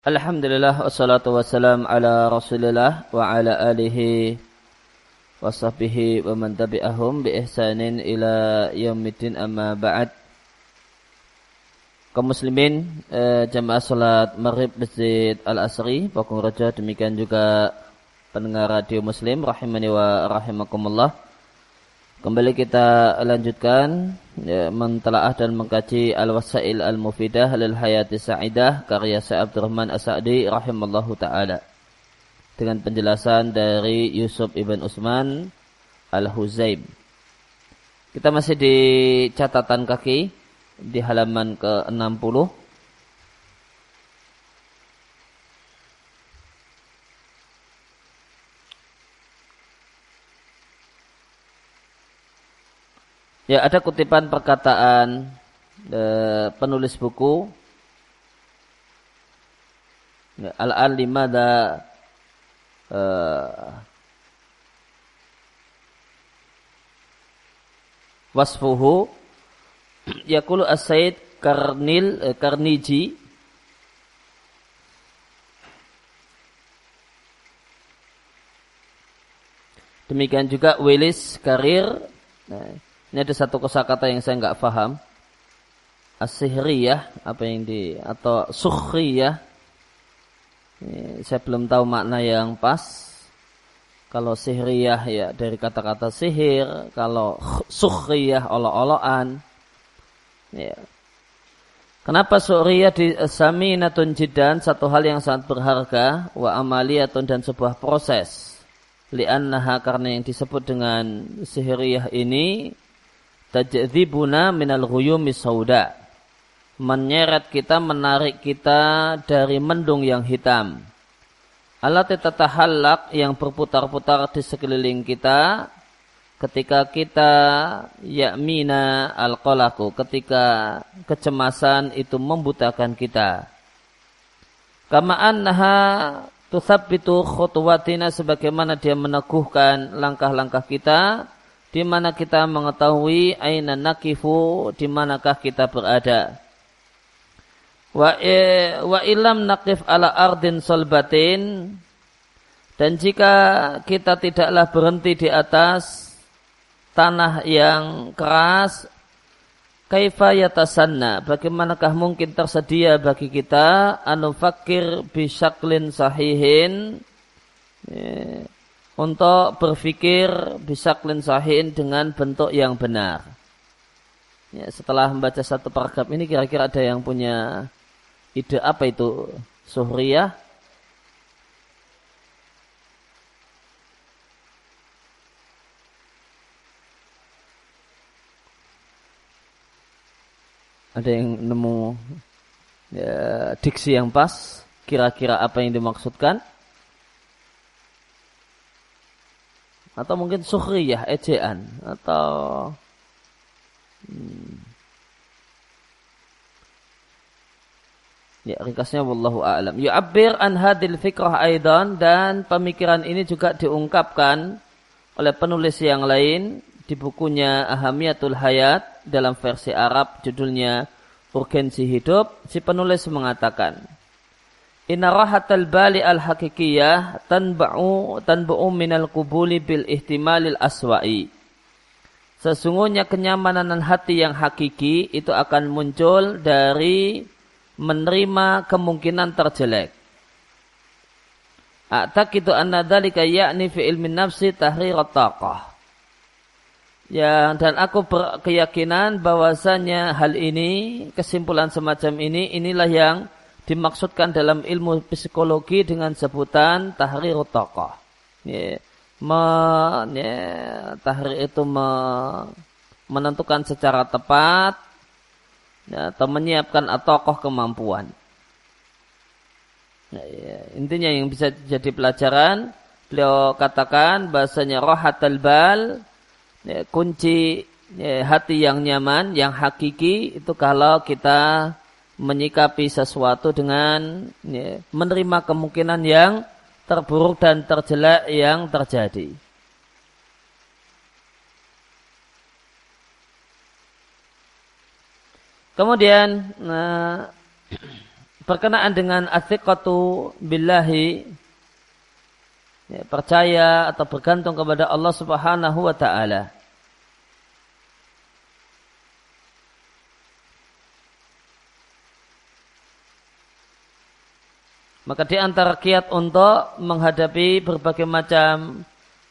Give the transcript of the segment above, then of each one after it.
Alhamdulillah wassalatu wassalam ala Rasulillah wa ala alihi wa sahbihi wa man tabi'ahum bi ihsanin ila yaumiddin amma ba'd. Kaum muslimin jamaah salat Maghrib Masjid Al-Asri Pakung Raja, demikian juga pendengar radio Muslim rahimani wa rahimakumullah. Kembali kita lanjutkan mentelaah dan mengkaji Al-Wasail Al-Mufidah lil Hayati Sa'idah karya Syekh Abdurrahman As-Sa'di rahimallahu taala dengan penjelasan dari Yusuf Ibn Utsman Al-Huzaim. Kita masih di catatan kaki di halaman ke-60. Ya, ada kutipan perkataan penulis buku Al-an limada wasfuhu yaqulu as-Sayyid Karniji demikian juga Willis Karir. Ini ada satu kosakata yang saya enggak paham. As-sihriyah atau sukhriyah. Saya belum tahu makna yang pas. Kalau sihriyah ya dari kata-kata sihir, kalau sukhriyah olok-olokan. Ya. Kenapa sukhriyah saminatun jiddan, satu hal yang sangat berharga, wa amaliyatun dan sebuah proses. Li'annaha, karena yang disebut dengan sihriyah ini tajdzibuna minal ghuyumi sauda, menyeret kita, menarik kita dari mendung yang hitam. Allati tatahallaq, yang berputar-putar di sekeliling kita ketika kita ya'mina al-qalaqu, ketika kecemasan itu membutakan kita. Kama annaha tuthabbitu khutuwatina, sebagaimana dia meneguhkan langkah-langkah kita, di mana kita mengetahui aina nakifu, di manakah kita berada. Wa illam naqif ala ardin solbatin, dan jika kita tidaklah berhenti di atas tanah yang keras, kaifa yatasanna, bagaimanakah mungkin tersedia bagi kita anufakir bisyaklin sahihin, untuk berfikir bisaklin sahihin, dengan bentuk yang benar. Ya, setelah membaca satu paragraf ini, kira-kira ada yang punya ide apa itu suhriyah? Ada yang nemu diksi yang pas? Kira-kira apa yang dimaksudkan? Atau mungkin sukhriyah, ejaan, atau ya, ringkasnya wallahu a'lam. Yu'abbir an hadil fikrah aidan, dan pemikiran ini juga diungkapkan oleh penulis yang lain di bukunya Ahamiyatul Hayat dalam versi Arab, judulnya Urgensi Hidup. Si penulis mengatakan, inna rahatal bali al-hakikiyah tanba'u minal qubuli bil ihtimalil aswa'i. Sesungguhnya kenyamanan hati yang hakiki itu akan muncul dari menerima kemungkinan terjelek. A'taqidu anna dzalika ya'ni fi ilmin nafsi tahrirat taqah. Ya, dan aku berkeyakinan bahwasanya hal ini, kesimpulan semacam ini, inilah yang dimaksudkan dalam ilmu psikologi dengan sebutan tahrirut taqah. Tahrir itu menentukan secara tepat, atau menyiapkan tokoh kemampuan. Intinya yang bisa jadi pelajaran, beliau katakan bahasanya rahatul bal, kunci hati yang nyaman, yang hakiki, itu kalau kita menyikapi sesuatu dengan menerima kemungkinan yang terburuk dan terjelek yang terjadi. Kemudian berkenaan dengan athiqatu billahi, ya, percaya atau bergantung kepada Allah Subhanahu wa taala. Maka di antara kiat untuk menghadapi berbagai macam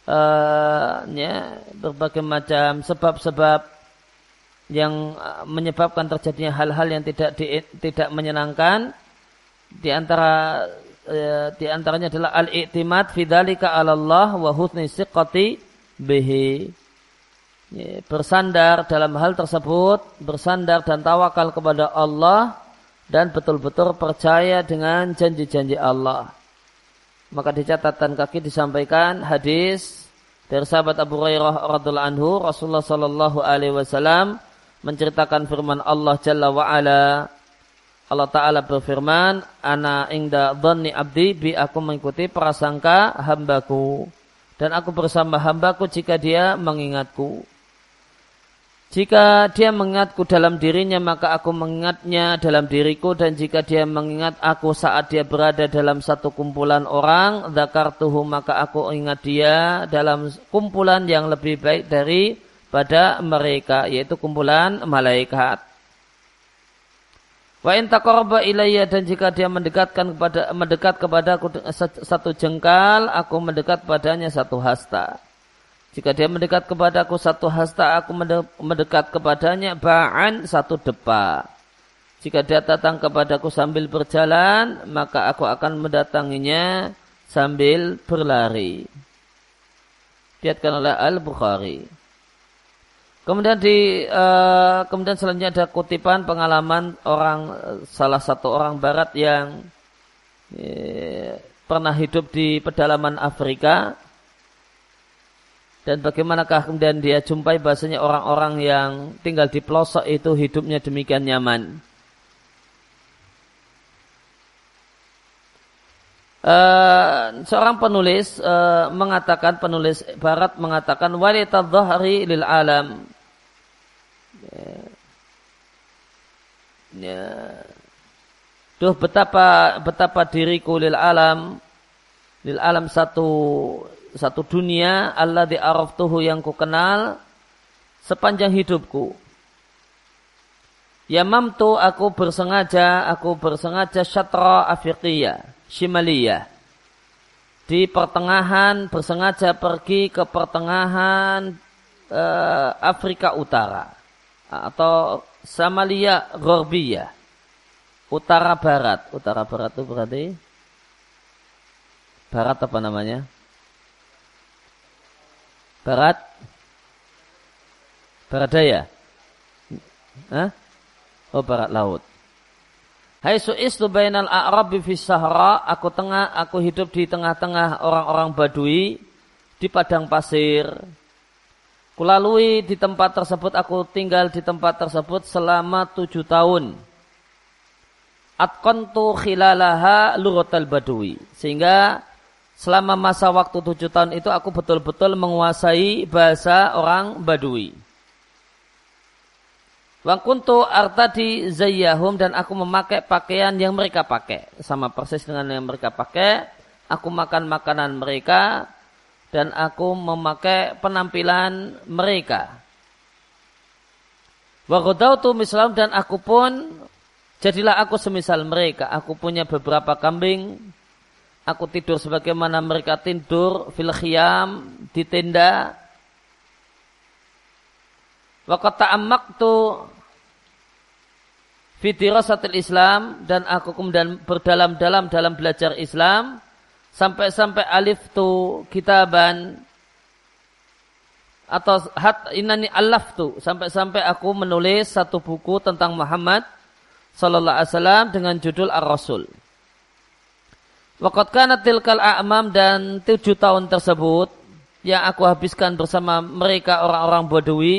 berbagai macam sebab-sebab yang menyebabkan terjadinya hal-hal yang tidak menyenangkan, di antaranya adalah al-i'timad fi dzalika 'ala Allah wa husni siqati bihi. Bersandar dalam hal tersebut, bersandar dan tawakal kepada Allah dan betul-betul percaya dengan janji-janji Allah. Maka di catatan kaki disampaikan hadis dari sahabat Abu Hurairah radhiyallahu anhu, Rasulullah sallallahu alaihi wasallam menceritakan firman Allah Jalla wa Ala. Allah Ta'ala berfirman, ana ingda dhanni abdi bi, aku mengikuti prasangka hambaku, dan aku bersama hambaku jika dia mengingatku. Jika dia mengingatku dalam dirinya, maka aku mengingatnya dalam diriku, dan jika dia mengingat aku saat dia berada dalam satu kumpulan orang, dzakartuhu, maka aku ingat dia dalam kumpulan yang lebih baik daripada mereka, yaitu kumpulan malaikat. Wa in taqarraba ilayya, dan jika dia mendekat kepadaku satu jengkal, aku mendekat padanya satu hasta. Jika dia mendekat kepadaku satu hasta, aku mendekat kepadanya ba'an, satu depa. Jika dia datang kepadaku sambil berjalan, maka aku akan mendatanginya sambil berlari. Diriwayatkan oleh Al-Bukhari. Kemudian selanjutnya ada kutipan pengalaman salah satu orang barat yang pernah hidup di pedalaman Afrika, dan bagaimanakah kemudian dia jumpai bahasanya orang-orang yang tinggal di pelosok itu hidupnya demikian nyaman. Seorang penulis penulis barat mengatakan walitadh-dhahri lil alam. Duh, betapa diriku lil alam satu dunia, alladzi araftuhu, yang ku kenal sepanjang hidupku. Yamamtu, aku bersengaja syatra Afriqiyah, Shimaliyah, di pertengahan, bersengaja pergi ke pertengahan Afrika Utara, atau Samalia Ghorbiyah, Utara Barat. Utara Barat itu berarti Barat apa namanya? Barat daya. Hah? Oh, barat laut. Haitsu istu bainal a'rabi fis sahra, aku hidup di tengah-tengah orang-orang Badui di padang pasir. Kulalui di tempat tersebut, aku tinggal di tempat tersebut selama 7 tahun. Atqantu khilalaha lughatal badui, sehingga selama masa waktu 7 tahun itu aku betul-betul menguasai bahasa orang Badui. Wa kuntu artadi zayyahum, dan aku memakai pakaian yang mereka pakai, sama persis dengan yang mereka pakai. Aku makan makanan mereka, dan aku memakai penampilan mereka. Wa ghadawtu mislam, dan aku pun jadilah aku semisal mereka. Aku punya beberapa kambing. Aku tidur sebagaimana mereka tidur, fil khiyam, di tenda. Wa qad ta'ammaktu fi dirasatil Islam, dan aku kemudian berdalam-dalam dalam belajar Islam, sampai aliftu kitaban, atau innani alaftu, sampai aku menulis satu buku tentang Muhammad sallallahu alaihi wasallam dengan judul Ar-Rasul. Waqad kanat tilkal a'mam, dan 7 tahun tersebut yang aku habiskan bersama mereka orang-orang Badui,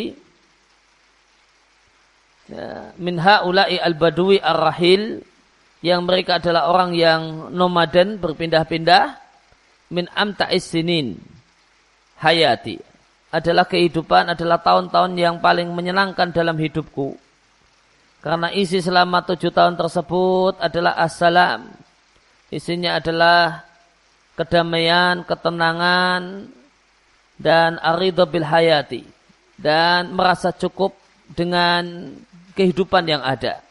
min haula'i al-badui ar-rahil, yang mereka adalah orang yang nomaden, berpindah-pindah, min amta'is sinin hayati, adalah kehidupan, adalah tahun-tahun yang paling menyenangkan dalam hidupku. Karena isi selama 7 tahun tersebut adalah assalam. Isinya adalah kedamaian, ketenangan, dan aridho bil hayati. Dan merasa cukup dengan kehidupan yang ada.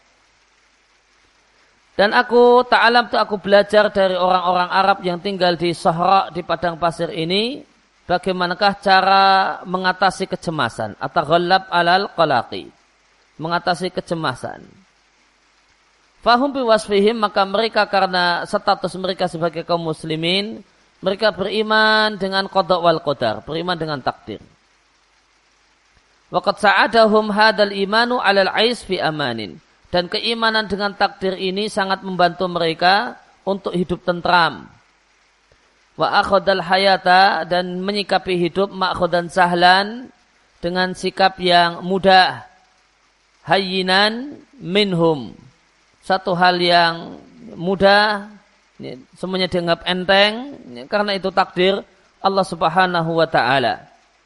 Dan aku belajar dari orang-orang Arab yang tinggal di Sahara, di padang pasir ini, bagaimanakah cara mengatasi kecemasan atau ghallab alal qalaqi. Mengatasi kecemasan. Fahum biwasfihim, maka mereka karena status mereka sebagai kaum muslimin, mereka beriman dengan qada wal qadar, beriman dengan takdir. Waqad sa'adahum hadal imanu 'alal 'ais fi amanin. Dan keimanan dengan takdir ini sangat membantu mereka untuk hidup tentram. Wa akhadal hayata, dan menyikapi hidup ma'khadan sahlan, dengan sikap yang mudah. Hayyinan minhum, satu hal yang mudah, semuanya dianggap enteng, karena itu takdir Allah Subhanahu wa ta'ala.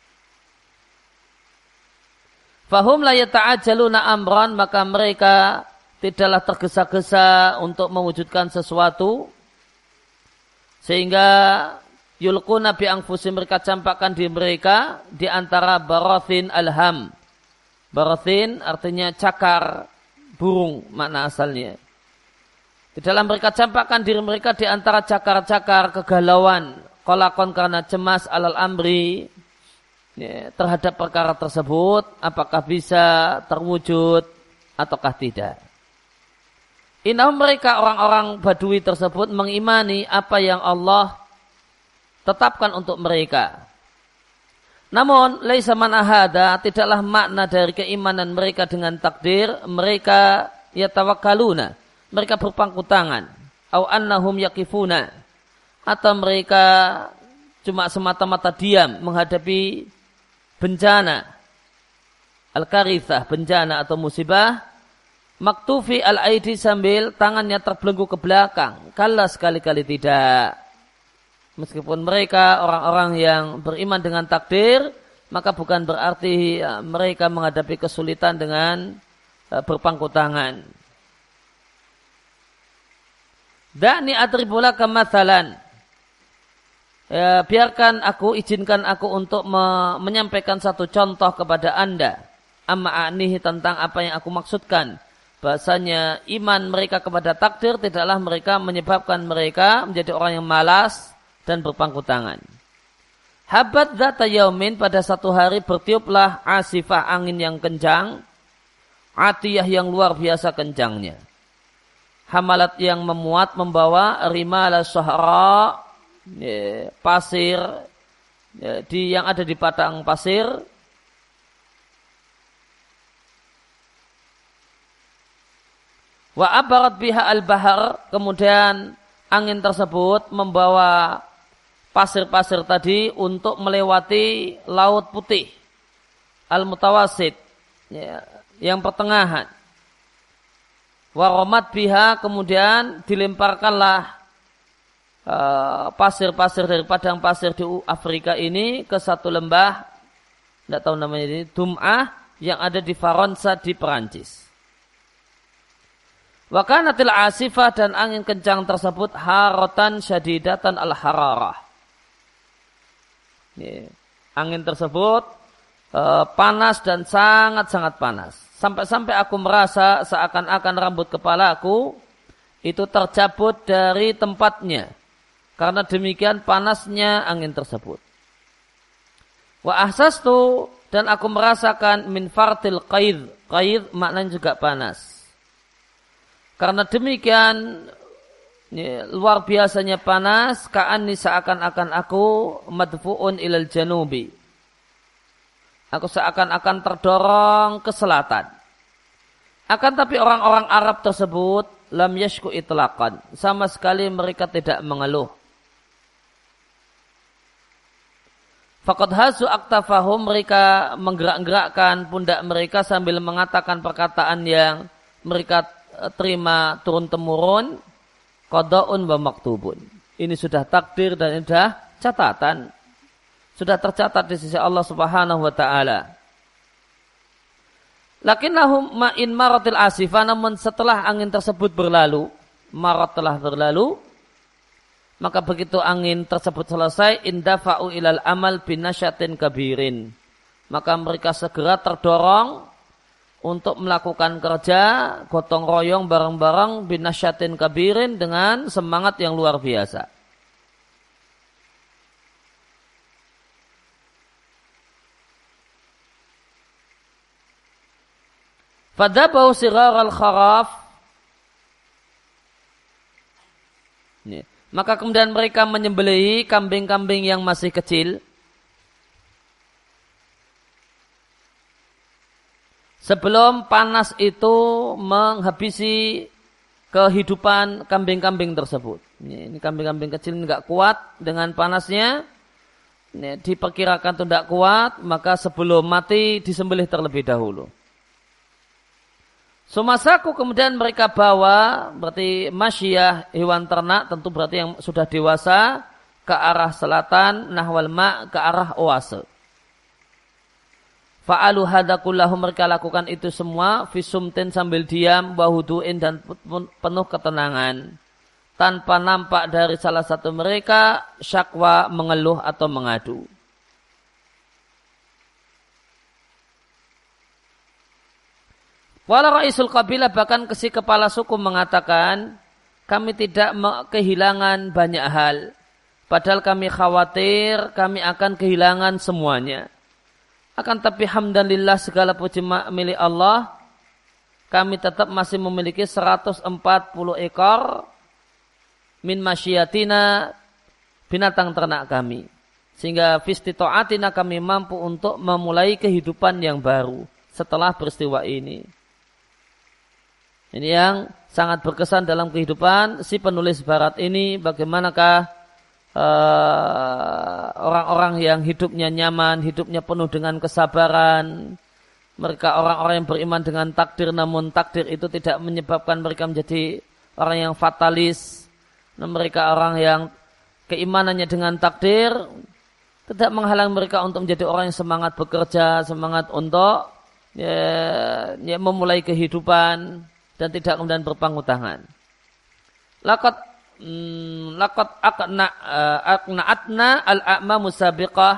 Fahum la yata'ajjaluna amran, maka mereka tidaklah tergesa-gesa untuk mewujudkan sesuatu, sehingga yulquna bi anfusihim, mereka campakkan diri mereka di antara barathin alham. Barathin artinya cakar burung, makna asalnya. Di dalam mereka campakkan diri mereka di antara cakar-cakar kegalauan, qalaqon karena cemas alal amri, terhadap perkara tersebut, apakah bisa terwujud ataukah tidak. Innahum, mereka orang-orang Badui tersebut mengimani apa yang Allah tetapkan untuk mereka. Namun, laisa mana hada, tidaklah makna dari keimanan mereka dengan takdir, mereka yatawakkaluna, mereka berpangku tangan, au annahum yakifuna, atau mereka cuma semata-mata diam menghadapi bencana, al-karithah, bencana atau musibah, maktufi al-aidi, sambil tangannya terbelenggu ke belakang. Kalla, sekali-kali tidak. Meskipun mereka orang-orang yang beriman dengan takdir, maka bukan berarti mereka menghadapi kesulitan dengan berpangku tangan. Da'ni adribulaka mathalan. Biarkan aku, izinkan aku untuk menyampaikan satu contoh kepada Anda. Amma a'nihi, tentang apa yang aku maksudkan. Bahasanya iman mereka kepada takdir tidaklah mereka menyebabkan mereka menjadi orang yang malas dan berpangku tangan. Habat dzata yaumin, pada satu hari bertiuplah asifah, angin yang kencang, atiyah yang luar biasa kencangnya. Hamalat, yang memuat, membawa rimala sahara, pasir, yang ada di padang pasir. Wa abarat biha al-bahar, kemudian angin tersebut membawa pasir-pasir tadi untuk melewati laut putih al-mutawasid, yang pertengahan. Waromat biha, kemudian dilemparkanlah pasir-pasir dari padang pasir di Afrika ini ke satu lembah, tidak tahu namanya ini, Dum'ah, yang ada di Faransa di Perancis. Wa kanatil asifah, dan angin kencang tersebut haratan syadidatan al-hararah. Angin tersebut panas dan sangat-sangat panas. Sampai-sampai aku merasa seakan-akan rambut kepalaku itu tercabut dari tempatnya, karena demikian panasnya angin tersebut. Wa ahsastu, dan aku merasakan min fartil qaid. Qaid maknanya juga panas. Karena demikian luar biasanya panas, ka'anni, seakan-akan aku madfu'un ilal janubi. Aku seakan-akan terdorong ke selatan. Akan tapi orang-orang Arab tersebut lam yashku itlaqan, sama sekali mereka tidak mengeluh. Faqad hazu aktafahum, mereka menggerak-gerakkan pundak mereka sambil mengatakan perkataan yang mereka terima turun-temurun, qada'un wa maktubun. Ini sudah takdir dan ini sudah catatan. Sudah tercatat di sisi Allah Subhanahu wa ta'ala. Lakinnahum ma'in maratil asifah, namun setelah angin tersebut berlalu, marat telah berlalu, maka begitu angin tersebut selesai, indafa'u ilal amal binasyatin kabirin. Maka mereka segera terdorong untuk melakukan kerja, gotong royong bareng-bareng binasyatin kabirin dengan semangat yang luar biasa. Fadabau sirar al-kharaf. Maka kemudian mereka menyembelihi kambing-kambing yang masih kecil. Sebelum panas itu menghabisi kehidupan kambing-kambing tersebut. Ini kambing-kambing kecil nggak kuat dengan panasnya. Ini diperkirakan tidak kuat, maka sebelum mati disembelih terlebih dahulu. Sumasaku kemudian mereka bawa, berarti masyiyah hewan ternak, tentu berarti yang sudah dewasa, ke arah selatan, nahwal ma' ke arah oase. Fa'alu hadakullahu, mereka lakukan itu semua, fisumtin sambil diam, wahudu'in dan penuh ketenangan. Tanpa nampak dari salah satu mereka, syakwa mengeluh atau mengadu. Wala ra'isul qabilah, bahkan si kepala suku mengatakan, kami tidak kehilangan banyak hal. Padahal kami khawatir kami akan kehilangan semuanya. Akan tapi hamdanillah, segala puji milik Allah, kami tetap masih memiliki 140 ekor min masyiatina, binatang ternak kami. Sehingga fistito'atina, kami mampu untuk memulai kehidupan yang baru setelah peristiwa ini. Ini yang sangat berkesan dalam kehidupan si penulis barat ini. Bagaimanakah orang-orang yang hidupnya nyaman, hidupnya penuh dengan kesabaran. Mereka orang-orang yang beriman dengan takdir, namun takdir itu tidak menyebabkan mereka menjadi orang yang fatalis. Mereka orang yang keimanannya dengan takdir tidak menghalang mereka untuk menjadi orang yang semangat bekerja, semangat untuk memulai kehidupan, dan tidak kemudian berpangku tangan. Laqad aqna'atna al-a'ma musabiqah.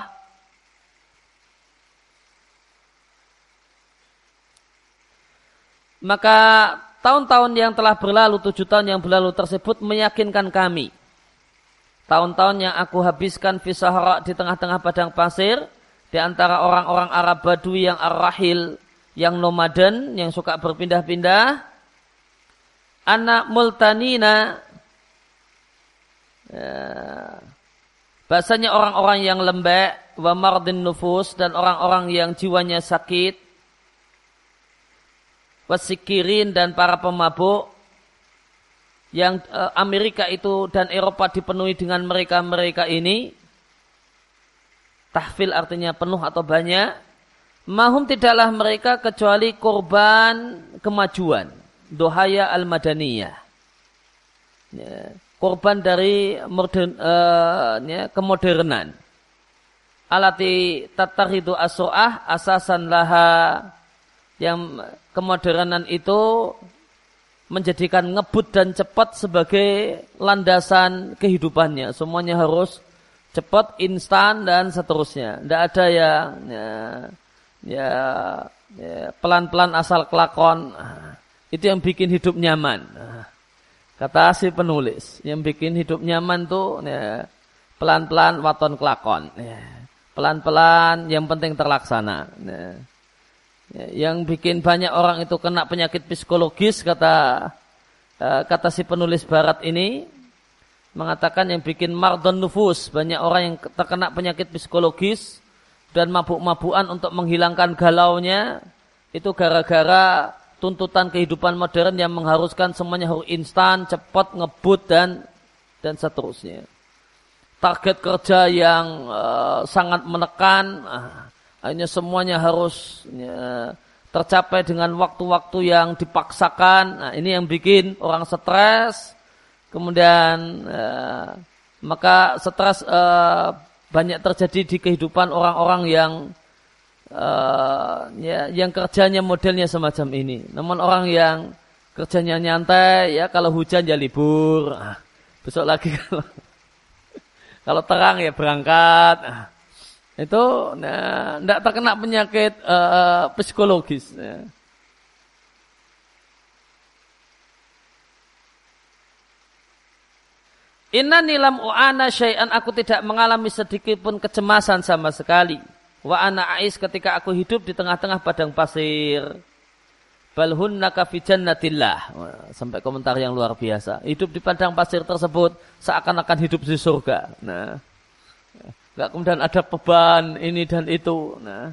Maka tahun-tahun yang telah berlalu, 7 tahun yang berlalu tersebut meyakinkan kami. Tahun-tahun yang aku habiskan fi sahara, di tengah-tengah padang pasir, di antara orang-orang Arab Badui yang ar-rahil, yang nomaden, yang suka berpindah-pindah. Anak multanina, bahasanya orang-orang yang lembek, wa mardin nufus, dan orang-orang yang jiwanya sakit, wasikirin, dan para pemabuk, yang Amerika itu dan Eropa dipenuhi dengan mereka-mereka ini. Tahfil artinya penuh atau banyak. Mahum, tidaklah mereka kecuali korban kemajuan, dohaya al-madaniyah, korban dari kemodernan. Alati tataridu as-su'ah asasan laha, yang kemodernan itu menjadikan ngebut dan cepat sebagai landasan kehidupannya. Semuanya harus cepat, instan, dan seterusnya. Tidak ada yang pelan-pelan asal kelakon. Itu yang bikin hidup nyaman. Kata si penulis, yang bikin hidup nyaman tuh pelan-pelan waton kelakon. Pelan-pelan, yang penting terlaksana. Yang bikin banyak orang itu kena penyakit psikologis, kata si penulis barat ini, mengatakan yang bikin mardon nufus, banyak orang yang terkena penyakit psikologis dan mabuk-mabukan untuk menghilangkan galaunya, itu gara-gara tuntutan kehidupan modern yang mengharuskan semuanya harus instan, cepat, ngebut, dan seterusnya. Target kerja yang sangat menekan, akhirnya semuanya harus tercapai dengan waktu-waktu yang dipaksakan. Nah, ini yang bikin orang stres. Kemudian maka stres banyak terjadi di kehidupan orang-orang yang yang kerjanya modelnya semacam ini. Namun orang yang kerjanya nyantai, ya kalau hujan ya libur. Besok lagi kalau terang ya berangkat. Itu tidak terkena penyakit psikologis. Ya. Innani lam u'ana syai'an, aku tidak mengalami sedikit pun kecemasan sama sekali. Wa ana ais, ketika aku hidup di tengah-tengah padang pasir. Bal hunnaka fi jannatillah. Sampai komentar yang luar biasa. Hidup di padang pasir tersebut seakan-akan hidup di surga. Nah, enggak kemudian ada beban ini dan itu. Nah,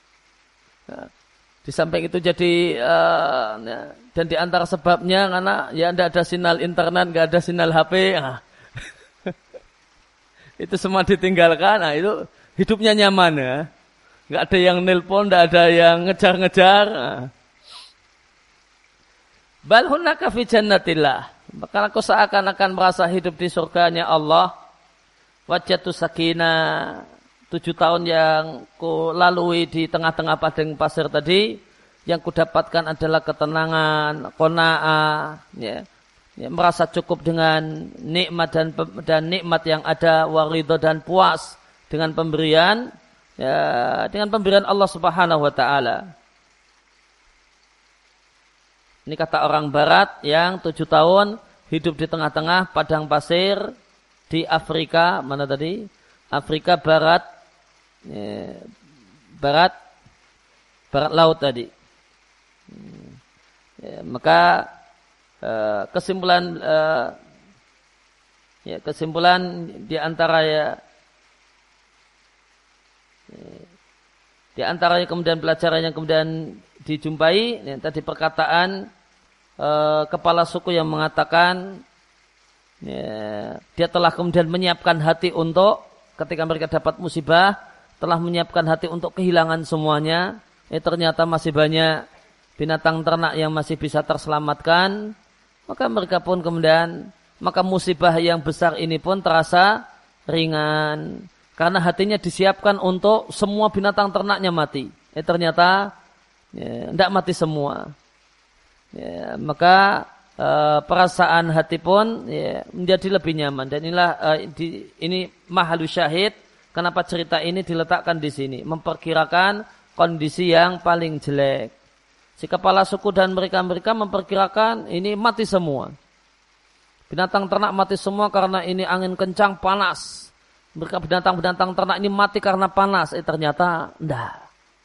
di samping itu jadi dan di antara sebabnya karena ya tidak ada sinyal internet, enggak ada sinyal HP. Itu semua ditinggalkan. Nah, itu hidupnya nyaman ya. Enggak ada yang nelpon, enggak ada yang ngejar-ngejar. Bal hunnaka fi jannatillah. Maka aku seakan-akan merasa hidup di surganya Allah. Wajatu sakinah. 7 tahun yang ku lalui di tengah-tengah padang pasir tadi, yang ku dapatkan adalah ketenangan, qanaah, ya. Ya, merasa cukup dengan nikmat dan nikmat yang ada, waridho dan puas dengan pemberian, ya, dengan pemberian Allah Subhanahu wa taala. Ini kata orang barat yang 7 tahun hidup di tengah-tengah padang pasir di Afrika, mana tadi? Afrika Barat, ya, barat laut tadi. Ya, maka kesimpulan di antara kemudian pelajaran yang kemudian dijumpai, yang tadi perkataan kepala suku yang mengatakan dia telah kemudian menyiapkan hati untuk ketika mereka dapat musibah, telah menyiapkan hati untuk kehilangan semuanya. Ternyata masih banyak binatang ternak yang masih bisa terselamatkan. Maka mereka pun kemudian, maka musibah yang besar ini pun terasa ringan. Karena hatinya disiapkan untuk semua binatang ternaknya mati. Ternyata tidak mati semua. Maka perasaan hati pun menjadi lebih nyaman. Dan inilah ini mahalu syahid. Kenapa cerita ini diletakkan di sini? Memperkirakan kondisi yang paling jelek. Si kepala suku dan mereka memperkirakan ini mati semua. Binatang ternak mati semua karena ini angin kencang, panas. Mereka binatang ternak ini mati karena panas. Ternyata enggak.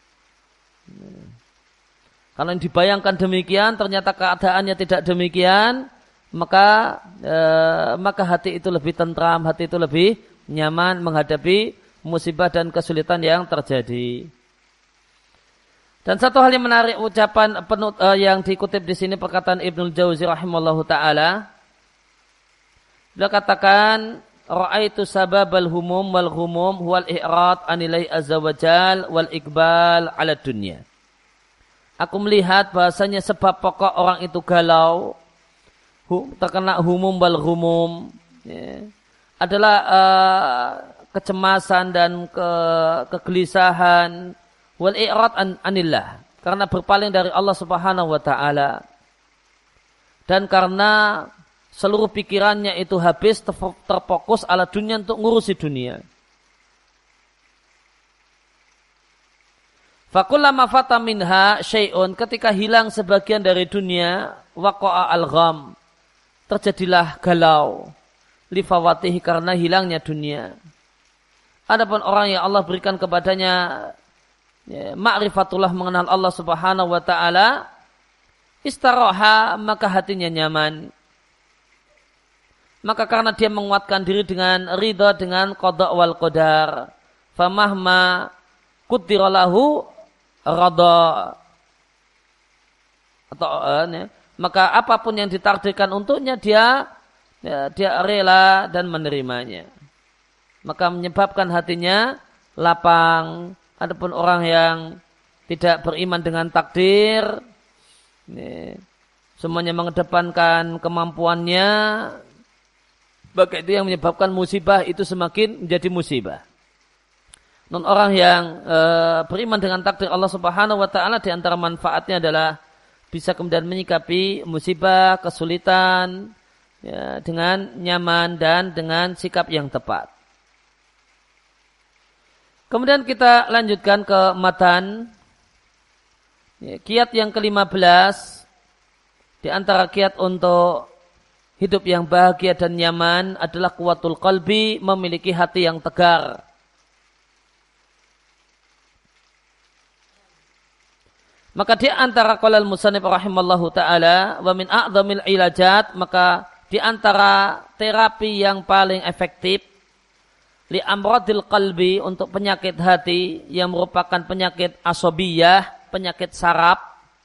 Kalau dibayangkan demikian, ternyata keadaannya tidak demikian, maka hati itu lebih tentram, hati itu lebih nyaman menghadapi musibah dan kesulitan yang terjadi. Dan satu hal yang menarik ucapan yang dikutip di sini perkataan Ibnul Jauzi rahimallahu taala. Beliau katakan, ra'aitu sababal humum wal humum huwal i'rad anilai azza wajal wal iqbal 'ala dunya. Aku melihat bahasanya sebab pokok orang itu galau, terkena humum wal humum, adalah kecemasan dan kegelisahan, wal i'rad anillah, karena berpaling dari Allah Subhanahu wa taala. Dan karena seluruh pikirannya itu habis terfokus ala dunia, untuk ngurusi dunia. Fakullama fata minha syai'un, ketika hilang sebagian dari dunia, waqa'a al-gham, terjadilah galau, lifawatihi, karena hilangnya dunia. Adapun orang yang Allah berikan kepadanya ma'rifatullah, mengenal Allah Subhanahu wa taala, istaraha, maka hatinya nyaman. Maka karena dia menguatkan diri dengan ridha dengan qada wal qadar, famahma qaddara lahu rada, atau maka apapun yang ditakdirkan untuknya dia rela dan menerimanya. Maka menyebabkan hatinya lapang. Adapun orang yang tidak beriman dengan takdir, semuanya mengedepankan kemampuannya, maka itu yang menyebabkan musibah itu semakin menjadi musibah. Non orang yang beriman dengan takdir Allah Subhanahu wa taala, di antara manfaatnya adalah bisa kemudian menyikapi musibah, kesulitan ya, dengan nyaman dan dengan sikap yang tepat. Kemudian kita lanjutkan ke matan. Ya, kiat yang ke-15 di antara kiat untuk hidup yang bahagia dan nyaman adalah kuwatul qalbi, memiliki hati yang tegar. Maka di antara qalal musannif rahimallahu taala wa min a'dhamil ilajat, maka di antara terapi yang paling efektif li amradil qalbi, untuk penyakit hati yang merupakan penyakit asobiyah, penyakit saraf,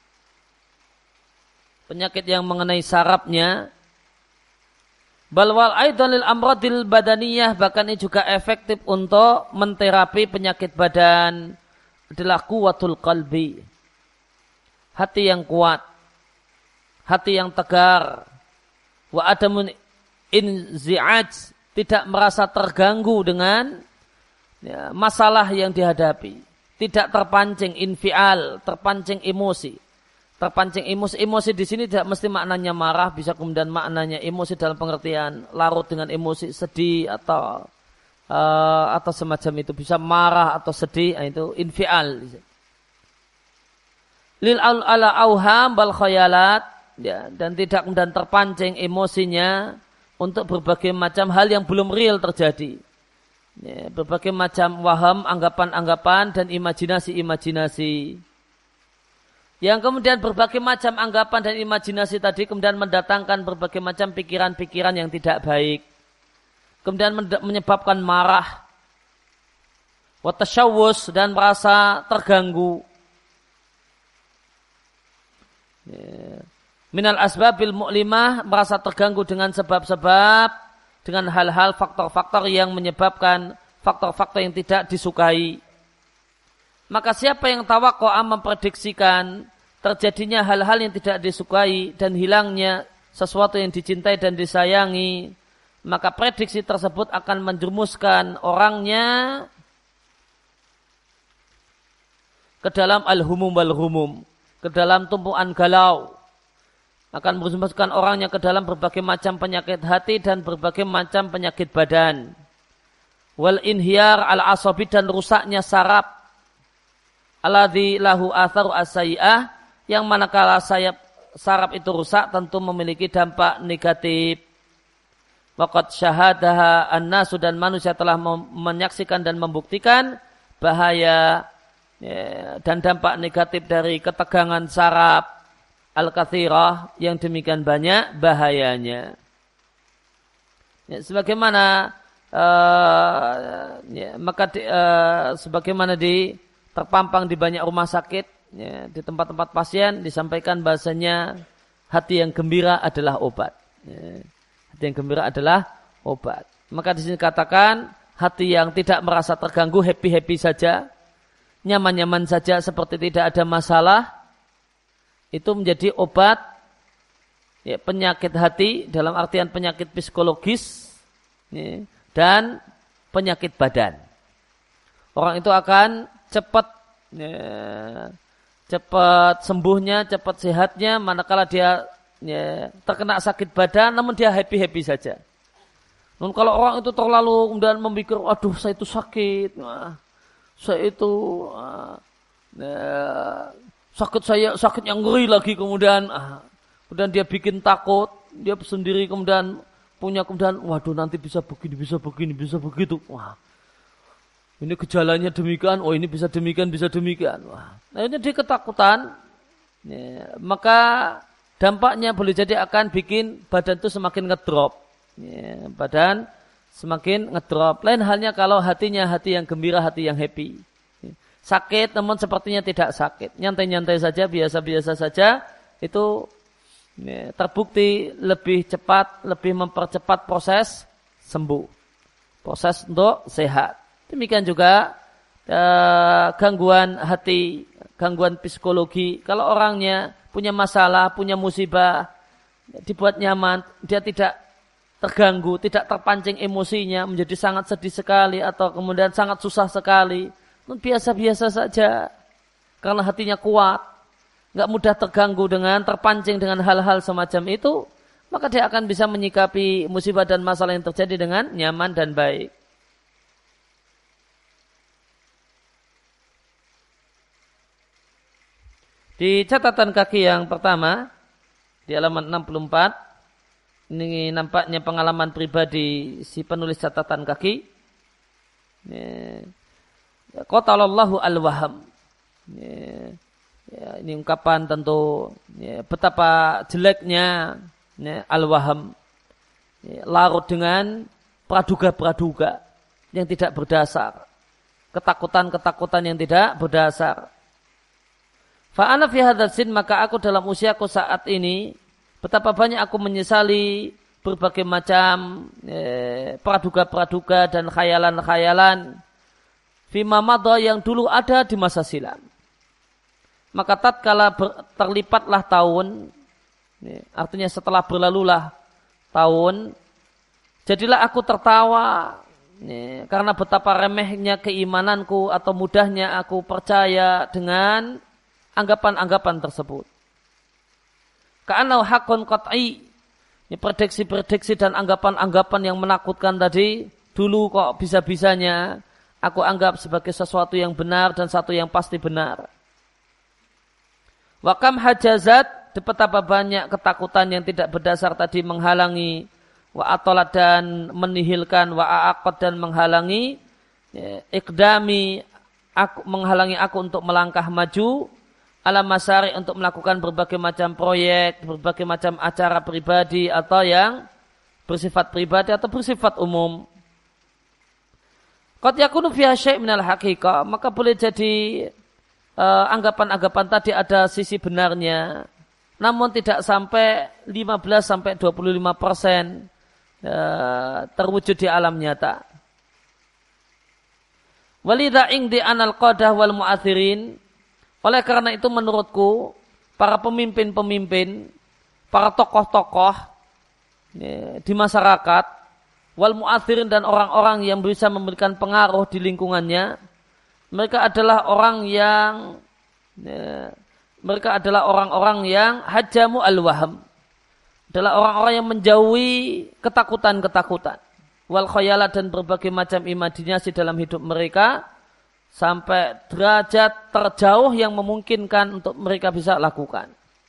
penyakit yang mengenai sarafnya. Bal wal aidan lil amradil badaniyah, bahkan ini juga efektif untuk menterapi penyakit badan, adalah kuwatul qalbi. Hati yang kuat, hati yang tegar, wa adamun inzi'aj, tidak merasa terganggu dengan ya, masalah yang dihadapi, tidak terpancing infial, terpancing emosi. Terpancing emosi di sini tidak mesti maknanya marah, bisa kemudian maknanya emosi dalam pengertian larut dengan emosi, sedih atau semacam itu, bisa marah atau sedih, itu infial. Lil ala auham bal khayalat, ya, dan tidak kemudian terpancing emosinya untuk berbagai macam hal yang belum real terjadi. Ya, berbagai macam waham, anggapan-anggapan dan imajinasi-imajinasi. Yang kemudian berbagai macam anggapan dan imajinasi tadi kemudian mendatangkan berbagai macam pikiran-pikiran yang tidak baik. Kemudian menyebabkan marah, wa tasyawwus, dan merasa terganggu. Minal asbabil mu'limah, merasa terganggu dengan sebab-sebab, dengan hal-hal faktor-faktor yang menyebabkan faktor-faktor yang tidak disukai. Maka siapa yang tawaqqa, memprediksikan terjadinya hal-hal yang tidak disukai dan hilangnya sesuatu yang dicintai dan disayangi, maka prediksi tersebut akan menjerumuskan orangnya ke dalam al-humum wal-humum, ke dalam tumpuan galau, akan merumuskan orangnya ke dalam berbagai macam penyakit hati dan berbagai macam penyakit badan. Wal inhiyar al asabi, dan rusaknya saraf, alladzi lahu atharu as-sayyi'ah, yang manakala saraf itu rusak tentu memiliki dampak negatif. Waqad syahadaha an-nasu, dan manusia telah menyaksikan dan membuktikan bahaya dan dampak negatif dari ketegangan saraf al-kathirah yang demikian banyak bahayanya. Ya, sebagaimana sebagaimana terpampang di banyak rumah sakit, ya, di tempat-tempat pasien disampaikan bahasanya hati yang gembira adalah obat. Ya, hati yang gembira adalah obat. Maka di sini katakan hati yang tidak merasa terganggu, happy-happy saja, nyaman-nyaman saja seperti tidak ada masalah, itu menjadi obat ya, penyakit hati dalam artian penyakit psikologis ya, dan penyakit badan. Orang itu akan cepat sembuhnya, cepat sehatnya, manakala dia ya, terkena sakit badan namun dia happy-happy saja. Namun kalau orang itu terlalu kemudian memikir, aduh saya itu sakit, saya itu sakit yang ngeri lagi, kemudian dia bikin takut, dia sendiri kemudian waduh nanti bisa begini, bisa begitu. Wah, ini gejalanya demikian, oh ini bisa demikian. Wah, nah ini dia ketakutan, ya, maka dampaknya boleh jadi akan bikin badan itu semakin ngedrop, ya, badan semakin ngedrop. Lain halnya kalau hatinya hati yang gembira, hati yang happy. Sakit namun sepertinya tidak sakit, nyantai-nyantai saja, biasa-biasa saja, itu ya, terbukti lebih cepat, lebih mempercepat proses sembuh, proses untuk sehat. Demikian juga gangguan hati, gangguan psikologi. Kalau orangnya punya masalah, punya musibah, dibuat nyaman, dia tidak terganggu, tidak terpancing emosinya menjadi sangat sedih sekali atau kemudian sangat susah sekali, biasa-biasa saja karena hatinya kuat, nggak mudah terganggu dengan terpancing dengan hal-hal semacam itu, maka dia akan bisa menyikapi musibah dan masalah yang terjadi dengan nyaman dan baik. Di catatan kaki yang pertama di halaman 64, ini nampaknya pengalaman pribadi si penulis catatan kaki. Qatalallahu al-waham. Ini ungkapan tentu betapa jeleknya al-waham. Larut dengan praduga-praduga yang tidak berdasar. Ketakutan-ketakutan yang tidak berdasar. Fa'ana fi hadzal sin, maka aku dalam usiaku saat ini betapa banyak aku menyesali berbagai macam praduga-praduga dan khayalan-khayalan fima madha yang dulu ada di masa silam. Maka tatkala terlipatlah tahun, artinya setelah berlalulah tahun, jadilah aku tertawa karena betapa remehnya keimananku atau mudahnya aku percaya dengan anggapan-anggapan tersebut. Ka'annahu haqqun qat'i. Ini prediksi-prediksi dan anggapan-anggapan yang menakutkan tadi, dulu kok bisa-bisanya aku anggap sebagai sesuatu yang benar dan satu yang pasti benar. Wa kam hajazat, betapa banyak ketakutan yang tidak berdasar tadi menghalangi, wa atolat dan menihilkan, wa a'aqad dan menghalangi, ikdami, menghalangi aku untuk melangkah maju, alam masari untuk melakukan berbagai macam proyek, berbagai macam acara pribadi atau yang bersifat pribadi atau bersifat umum. Qad yakunu fiha syai' minal haqiqah, maka boleh jadi anggapan-anggapan tadi ada sisi benarnya, namun tidak sampai 15 sampai 25% terwujud di alam nyata. Walidha indi anal qadah wal mu'athirin, oleh karena itu menurutku para pemimpin-pemimpin, para tokoh-tokoh di masyarakat, wal mu'athirin dan orang-orang yang bisa memberikan pengaruh di lingkungannya, mereka adalah orang-orang yang hajamu al-waham, adalah orang-orang yang menjauhi ketakutan-ketakutan, wal khayalat dan berbagai macam imajinasi dalam hidup mereka, sampai derajat terjauh yang memungkinkan untuk mereka bisa lakukan.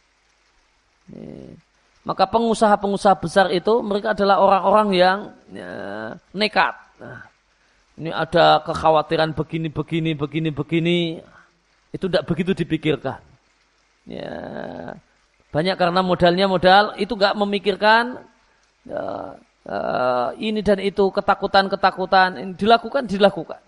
Maka pengusaha-pengusaha besar itu mereka adalah orang-orang yang nekat. Ini ada kekhawatiran begini. Itu tidak begitu dipikirkan. Banyak karena modal itu nggak memikirkan ini dan itu, ketakutan-ketakutan ini dilakukan.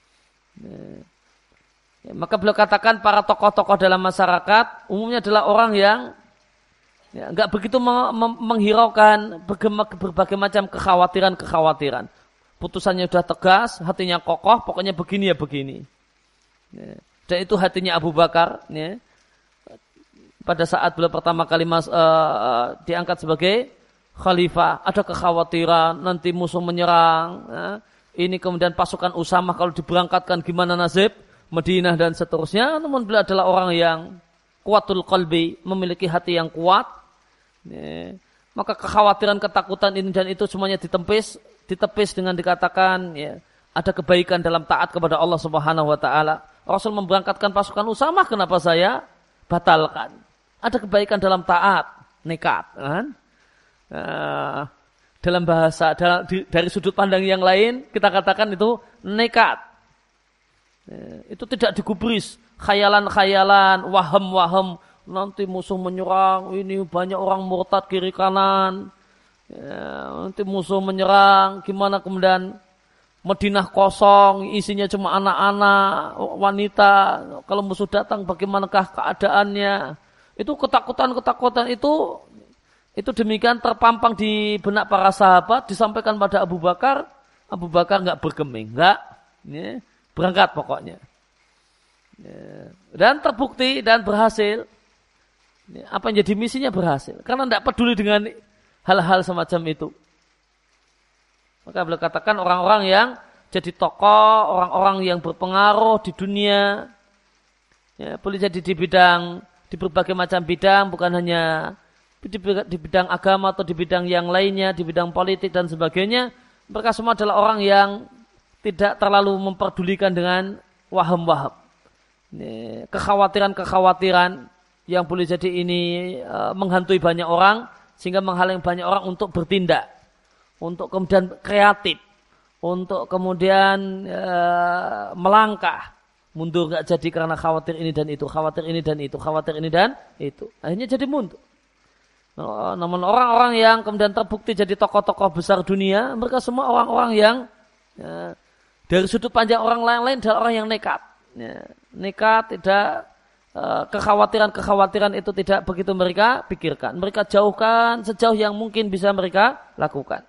Maka beliau katakan para tokoh-tokoh dalam masyarakat umumnya adalah orang yang enggak begitu menghiraukan berbagai macam kekhawatiran. Putusannya sudah tegas, hatinya kokoh, pokoknya begini ya begini. Dan itu hatinya Abu Bakar. Pada saat beliau pertama kali diangkat sebagai khalifah, ada kekhawatiran nanti musuh menyerang. Ini kemudian pasukan Usamah kalau diberangkatkan gimana nasib Madinah dan seterusnya. Namun beliau adalah orang yang kuatul qalbi, memiliki hati yang kuat. Maka kekhawatiran, ketakutan ini dan itu semuanya ditepis dengan dikatakan ada kebaikan dalam taat kepada Allah Subhanahu wa taala. Rasul memberangkatkan pasukan Usamah, kenapa saya batalkan? Ada kebaikan dalam taat, nekat, kan? Dalam bahasa dari sudut pandang yang lain kita katakan itu nekat. Itu tidak digubris khayalan-khayalan, waham-waham nanti musuh menyerang, ini banyak orang murtad kiri kanan. Nanti musuh menyerang, gimana kemudian Madinah kosong, isinya cuma anak-anak, wanita. Kalau musuh datang bagaimanakah keadaannya? Itu ketakutan-ketakutan itu demikian terpampang di benak para sahabat, disampaikan pada Abu Bakar. Abu Bakar enggak bergeming, enggak, berangkat pokoknya. Dan terbukti dan berhasil. Apa yang jadi misinya berhasil, karena enggak peduli dengan hal-hal semacam itu. Maka beliau katakan orang-orang yang jadi tokoh, orang-orang yang berpengaruh di dunia, ya, boleh jadi di berbagai macam bidang, bukan hanya di bidang agama atau di bidang yang lainnya, di bidang politik dan sebagainya. Mereka semua adalah orang yang tidak terlalu memperdulikan dengan waham-waham, kekhawatiran-kekhawatiran yang boleh jadi ini menghantui banyak orang, sehingga menghalangi banyak orang untuk bertindak, untuk kemudian kreatif, untuk kemudian melangkah. Mundur nggak jadi karena khawatir ini dan itu, khawatir ini dan itu, khawatir ini dan itu. Akhirnya jadi mundur. Namun orang-orang yang kemudian terbukti jadi tokoh-tokoh besar dunia, mereka semua orang-orang yang dari sudut pandang orang lain adalah orang yang nekat. Nekat, tidak kekhawatiran-kekhawatiran itu tidak begitu mereka pikirkan. Mereka jauhkan sejauh yang mungkin bisa mereka lakukan.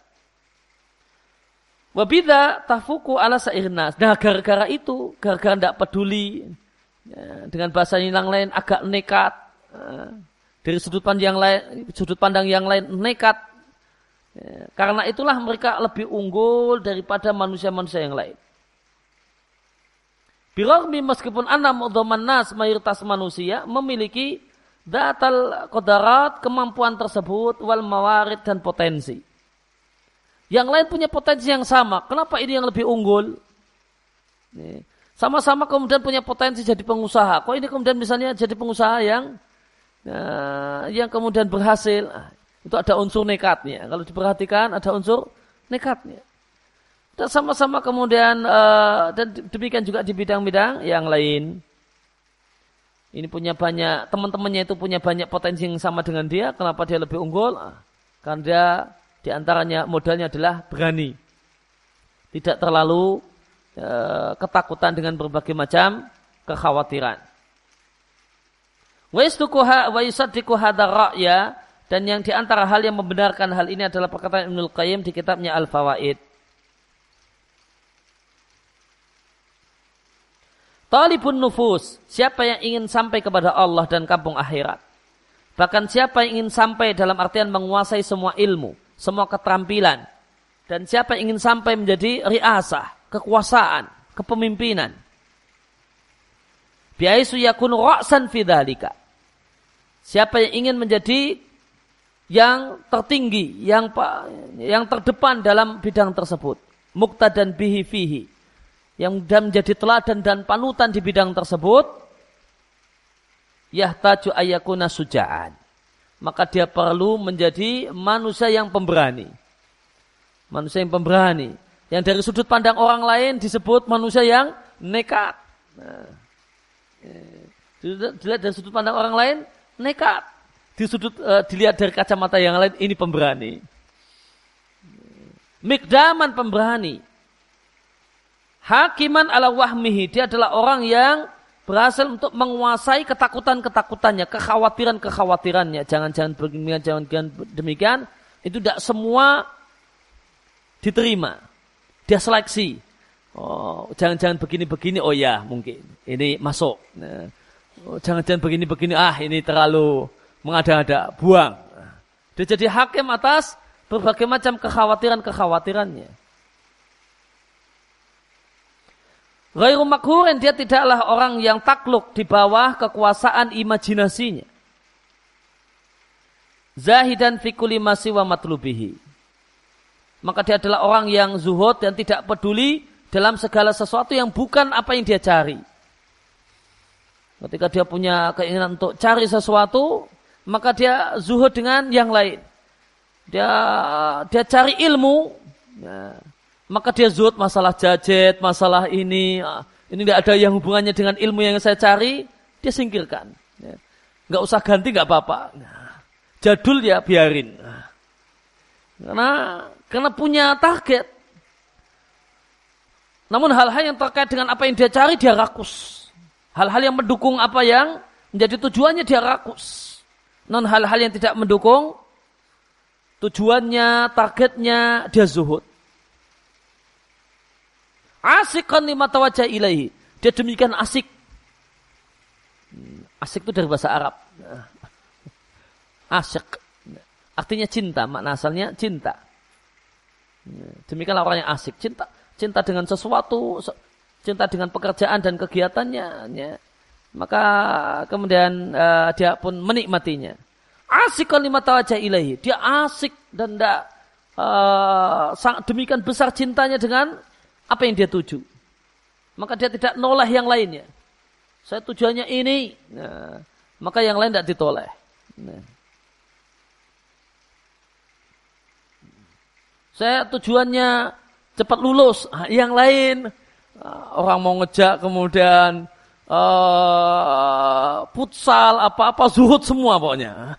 Wabida tafuku ala sairnas. Nah, gara-gara itu, gara-gara tidak peduli, dengan bahasa yang lain agak nekat, dari sudut pandang yang lain nekat. Karena itulah mereka lebih unggul daripada manusia-manusia yang lain. Birarmi meskipun anna mu'dhaman nas, mayoritas manusia memiliki datal qadarat, kemampuan tersebut, wal mawarid dan potensi. Yang lain punya potensi yang sama. Kenapa ini yang lebih unggul? Sama-sama kemudian punya potensi jadi pengusaha. Kok ini kemudian misalnya jadi pengusaha yang kemudian berhasil? Itu ada unsur nekatnya. Kalau diperhatikan ada unsur nekatnya. Dan sama-sama kemudian dan demikian juga di bidang-bidang yang lain. Ini punya banyak, teman-temannya itu punya banyak potensi yang sama dengan dia. Kenapa dia lebih unggul? Karena dia di antaranya modalnya adalah berani. Tidak terlalu ketakutan dengan berbagai macam kekhawatiran. Wa yusaddiqu hadzal ra'ya, dan yang di antara hal yang membenarkan hal ini adalah perkataan Ibnul Qayyim di kitabnya Al-Fawaid. Talibun nufus, siapa yang ingin sampai kepada Allah dan kampung akhirat. Bahkan siapa yang ingin sampai dalam artian menguasai semua ilmu, semua keterampilan. Dan siapa yang ingin sampai menjadi riasah, kekuasaan, kepemimpinan. Biaisu yakunu ra'san fi dzalika. Siapa yang ingin menjadi yang tertinggi, yang terdepan dalam bidang tersebut. Muqtadan bihi fihi. Yang menjadi teladan dan panutan di bidang tersebut. Yahtaju ayyakuna suja'an. Maka dia perlu menjadi manusia yang pemberani. Manusia yang pemberani. Yang dari sudut pandang orang lain disebut manusia yang nekat. Dilihat dari sudut pandang orang lain, nekat. Dilihat dari kacamata yang lain, ini pemberani. Mikdaman pemberani. Hakiman ala wahmihi. Dia adalah orang yang berhasil untuk menguasai ketakutan-ketakutannya, kekhawatiran-kekhawatirannya. Jangan-jangan begini, jangan demikian. Itu tidak semua diterima. Dia seleksi. Oh, jangan-jangan begini-begini. Oh ya, mungkin ini masuk. Nah, jangan-jangan begini-begini. Ini terlalu mengada-ada. Buang. Dia jadi hakim atas berbagai macam kekhawatiran-kekhawatirannya. Ghairu makhurin, dia tidaklah orang yang takluk di bawah kekuasaan imajinasinya. Zahidan fi kulli ma siwa matlubihi. Maka dia adalah orang yang zuhud dan tidak peduli dalam segala sesuatu yang bukan apa yang dia cari. Ketika dia punya keinginan untuk cari sesuatu, maka dia zuhud dengan yang lain. Dia cari ilmu, maka dia zuhud masalah jajet, masalah ini tidak ada yang hubungannya dengan ilmu yang saya cari, dia singkirkan. Nggak usah ganti, nggak apa-apa. Jadul ya biarin. Karena punya target. Namun hal-hal yang terkait dengan apa yang dia cari, dia rakus. Hal-hal yang mendukung apa yang menjadi tujuannya, dia rakus. Non hal-hal yang tidak mendukung tujuannya, targetnya, dia zuhud. Asikkan lima tawajjah ilaihi. Dia demikian asik. Asik itu dari bahasa Arab. Asyik. Artinya cinta. Makna asalnya cinta. Demikianlah orang yang asik. Cinta dengan sesuatu, cinta dengan pekerjaan dan kegiatannya. Ya. Maka kemudian dia pun menikmatinya. Asik lima tawajjah ilaihi. Dia asik dan tidak demikian besar cintanya dengan apa yang dia tuju. Maka dia tidak noleh yang lainnya. Saya tujuannya ini. Nah, maka yang lain tidak ditoleh. Nah. Saya tujuannya cepat lulus. Yang lain orang mau ngejak kemudian futsal apa-apa zuhud semua pokoknya.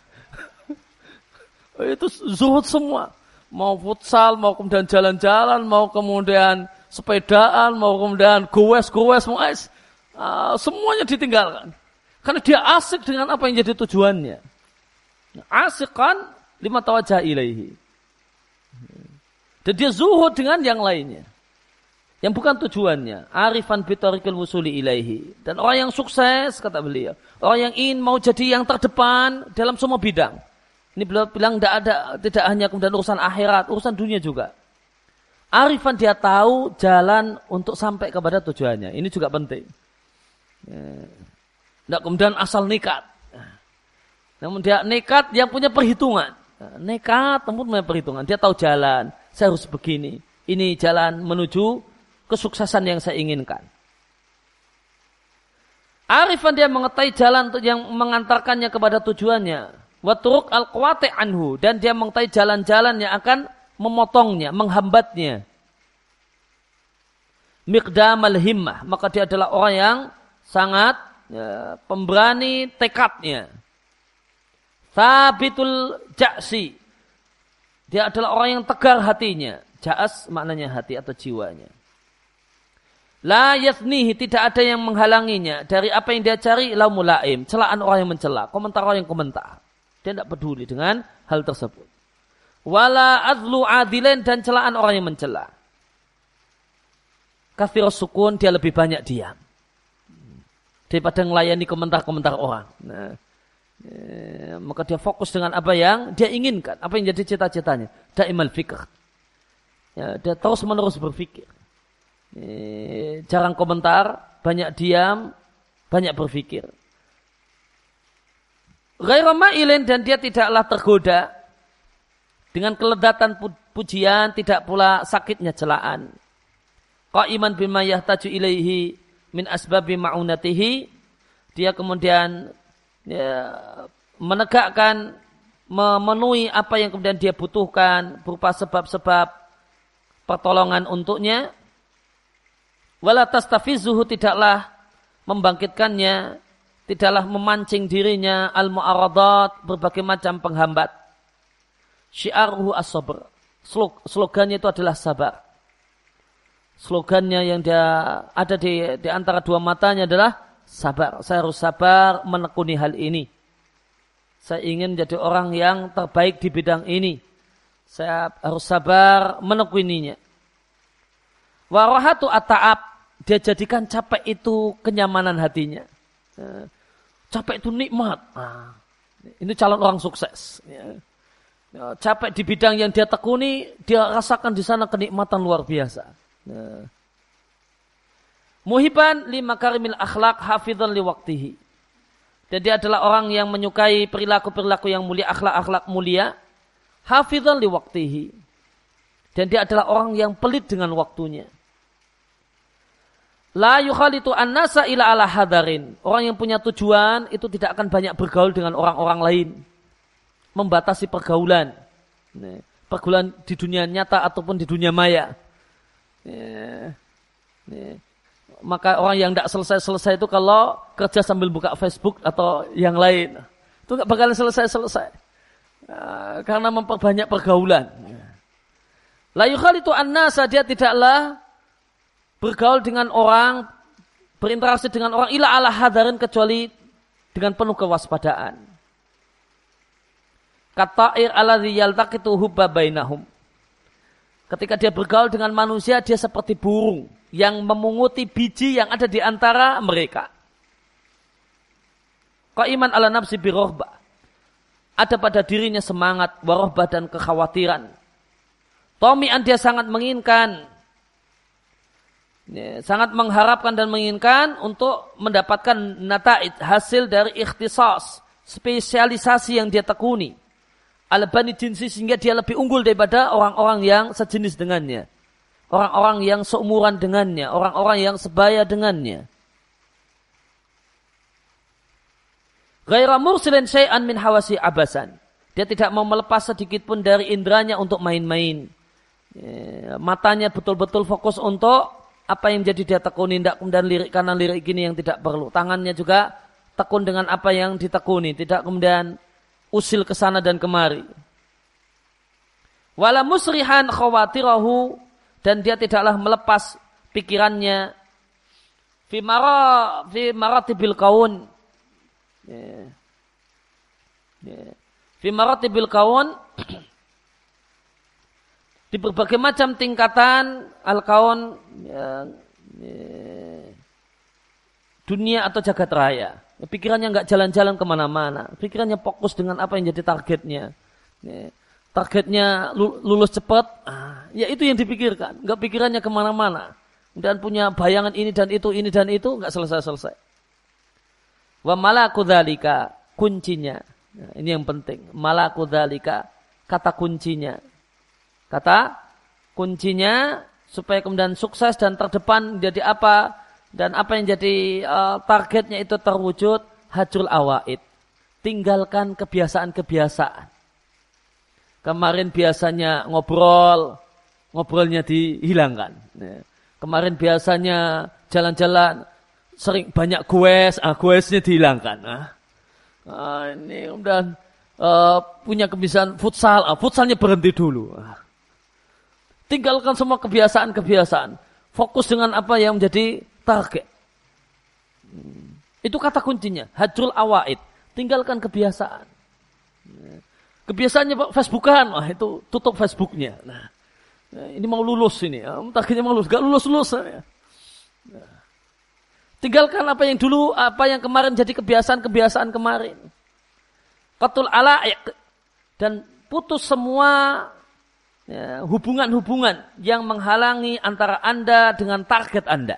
Itu zuhud semua. Mau futsal, mau kemudian jalan-jalan, mau kemudian sepedaan, mau kemudian goes, semuanya ditinggalkan. Karena dia asik dengan apa yang jadi tujuannya. Asik kan lima tawajjah ilaihi. Dan dia zuhud dengan yang lainnya. Yang bukan tujuannya. Arifan bitarikil wusuli ilaihi. Dan orang yang sukses, kata beliau. Orang yang ingin mau jadi yang terdepan dalam semua bidang. Ini beliau bilang tidak hanya kemudian urusan akhirat, urusan dunia juga. Arifan dia tahu jalan untuk sampai kepada tujuannya. Ini juga penting. Tidak kemudian asal nekat. Namun dia nekat yang punya perhitungan. Nekat, namun punya perhitungan. Dia tahu jalan. Saya harus begini. Ini jalan menuju kesuksesan yang saya inginkan. Arifan dia mengetahui jalan yang mengantarkannya kepada tujuannya. Wa turuq al-qawati' anhu. Dan dia mengetahui jalan-jalan yang akan memotongnya, menghambatnya. Miqdamal himmah. Maka dia adalah orang yang sangat pemberani tekadnya. Thabitul ja'si. Dia adalah orang yang tegar hatinya. Ja'as maknanya hati atau jiwanya. La yathnihi, tidak ada yang menghalanginya dari apa yang dia cari, la mulaim, celaan orang yang mencela, komentar orang yang komentar. Dia tidak peduli dengan hal tersebut. Wala adlu adilen, dan celaan orang yang mencela. Kathirus sukun, dia lebih banyak diam daripada melayani komentar-komentar orang. Nah, maka dia fokus dengan apa yang dia inginkan, apa yang jadi cita-citanya. Daimal fikr. Ya, dia terus menerus berpikir. Jarang komentar, banyak diam, banyak berpikir. Ghairu ma'ilin, dan dia tidaklah tergoda dengan keledatan pujian, tidak pula sakitnya celaan. Qa'iman bima yahtaju ilaihi min asbabi ma'unatihi. Dia kemudian menegakkan, memenuhi apa yang kemudian dia butuhkan berupa sebab-sebab pertolongan untuknya. Wala tastafizuhu, tidaklah membangkitkannya, tidaklah memancing dirinya al-mu'aradat, berbagai macam penghambat. Syi'aruhu as-sabr. Slogannya itu adalah sabar. Slogannya yang dia ada di antara dua matanya adalah sabar. Saya harus sabar menekuni hal ini. Saya ingin menjadi orang yang terbaik di bidang ini. Saya harus sabar menekuninya. Warahatu at-ta'ab. Dia jadikan capek itu kenyamanan hatinya. Capek itu nikmat. Ini calon orang sukses. Capek di bidang yang dia tekuni, dia rasakan di sana kenikmatan luar biasa. Muhiban li makarimil akhlak hafidhan li waqtihi. Dan dia adalah orang yang menyukai perilaku-perilaku yang mulia, akhlak-akhlak mulia. Hafidhan li waqtihi. Dan dia adalah orang yang pelit dengan waktunya. La yukhalitu an-nasa ila ala hadarin. Orang yang punya tujuan itu tidak akan banyak bergaul dengan orang-orang lain. Membatasi pergaulan. Pergaulan di dunia nyata ataupun di dunia maya. Maka orang yang tidak selesai-selesai itu kalau kerja sambil buka Facebook atau yang lain. Itu tidak bakalan selesai-selesai. Karena memperbanyak pergaulan. La yukhalitu an-nasa, dia tidaklah bergaul dengan orang, berinteraksi dengan orang ila ala hadarin, kecuali dengan penuh kewaspadaan. Kata'ir alladzi yaltaqitu hubba bainahum. Ketika dia bergaul dengan manusia, dia seperti burung yang memunguti biji yang ada di antara mereka. Qa'iman ala nafsi birohbah. Ada pada dirinya semangat, warohbah, dan kekhawatiran. Tomi'an dia sangat menginginkan, sangat mengharapkan dan menginginkan untuk mendapatkan nata'id, hasil dari ikhtisas, spesialisasi yang dia tekuni. Al-bani jinsi, sehingga dia lebih unggul daripada orang-orang yang sejenis dengannya. Orang-orang yang seumuran dengannya, orang-orang yang sebaya dengannya. Ghaira mursilin syai'an min hawasi abasan. Dia tidak mau melepas sedikit pun dari indranya untuk main-main. Matanya betul-betul fokus untuk apa yang jadi dia tekuni, tidak kemudian lirik kanan lirik kiri yang tidak perlu. Tangannya juga tekun dengan apa yang ditekuni, tidak kemudian usil ke sana dan kemari. Wala musrihan khawatirahu, dan dia tidaklah melepas pikirannya fi maratibil kaun. Fi maratibil kaun, di berbagai macam tingkatan al-kaun, dunia atau jagat raya. Pikirannya nggak jalan-jalan kemana-mana. Pikirannya fokus dengan apa yang jadi targetnya. Targetnya lulus cepat, ya itu yang dipikirkan. Nggak pikirannya kemana-mana. Dan punya bayangan ini dan itu, nggak selesai-selesai. Wa malaku dzalika, kuncinya. Nah, ini yang penting. Malaku dzalika, kata kuncinya. Kata kuncinya supaya kemudian sukses dan terdepan jadi apa, dan apa yang jadi targetnya itu terwujud, hajrul awaid. Tinggalkan kebiasaan-kebiasaan. Kemarin biasanya ngobrolnya dihilangkan. Kemarin biasanya jalan-jalan sering banyak goesnya dihilangkan. Ini kemudian punya kebiasaan futsalnya berhenti dulu. Tinggalkan semua kebiasaan-kebiasaan. Fokus dengan apa yang menjadi target. Itu kata kuncinya. Hajrul awaid. Tinggalkan kebiasaan. Kebiasaannya Facebookan. Itu tutup Facebooknya. Ini mau lulus ini. Targetnya mau lulus. Gak lulus-lulus. Tinggalkan apa yang dulu, apa yang kemarin jadi kebiasaan-kebiasaan kemarin. Qatul ala'iq. Dan putus semua hubungan-hubungan yang menghalangi antara Anda dengan target Anda.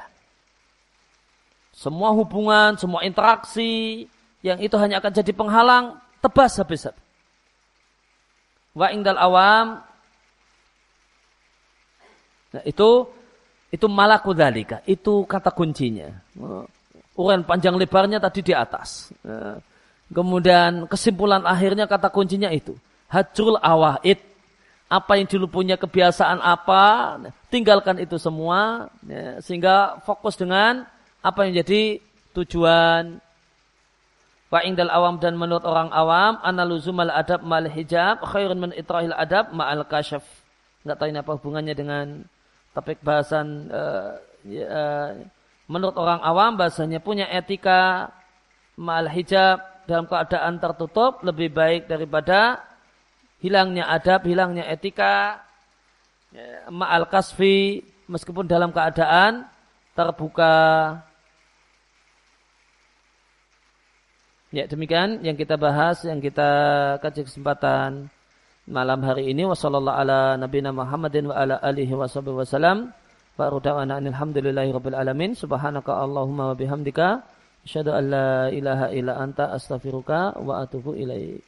Semua hubungan, semua interaksi yang itu hanya akan jadi penghalang, tebas habis-habis. Wa indal awam. Nah, itu malaku dzalika, itu kata kuncinya. Uraian panjang lebarnya tadi di atas. Kemudian kesimpulan akhirnya kata kuncinya itu hajrul awaid. Apa yang dulu punya kebiasaan apa, tinggalkan itu semua, sehingga fokus dengan apa yang jadi tujuan. Wa indal awam, dan menurut orang awam, analuzumal adab ma'al hijab khairun min itrahil adab ma'al kasyaf. Enggak tahu ini apa hubungannya dengan topik bahasan. Menurut orang awam, bahasanya punya etika ma'al hijab dalam keadaan tertutup lebih baik daripada hilangnya adab, hilangnya etika ma'al kasfi, meskipun dalam keadaan terbuka. Ya, demikian yang kita bahas, yang kita kaji kesempatan malam hari ini. Wassallallahu ala nabiyina Muhammadin wa ala alihi wasallam. Wa ruda'ana alhamdulillahi rabbil alamin. Subhanaka Allahumma wa bihamdika asyhadu an la ilaha illa anta astaghfiruka wa atubu ilaik.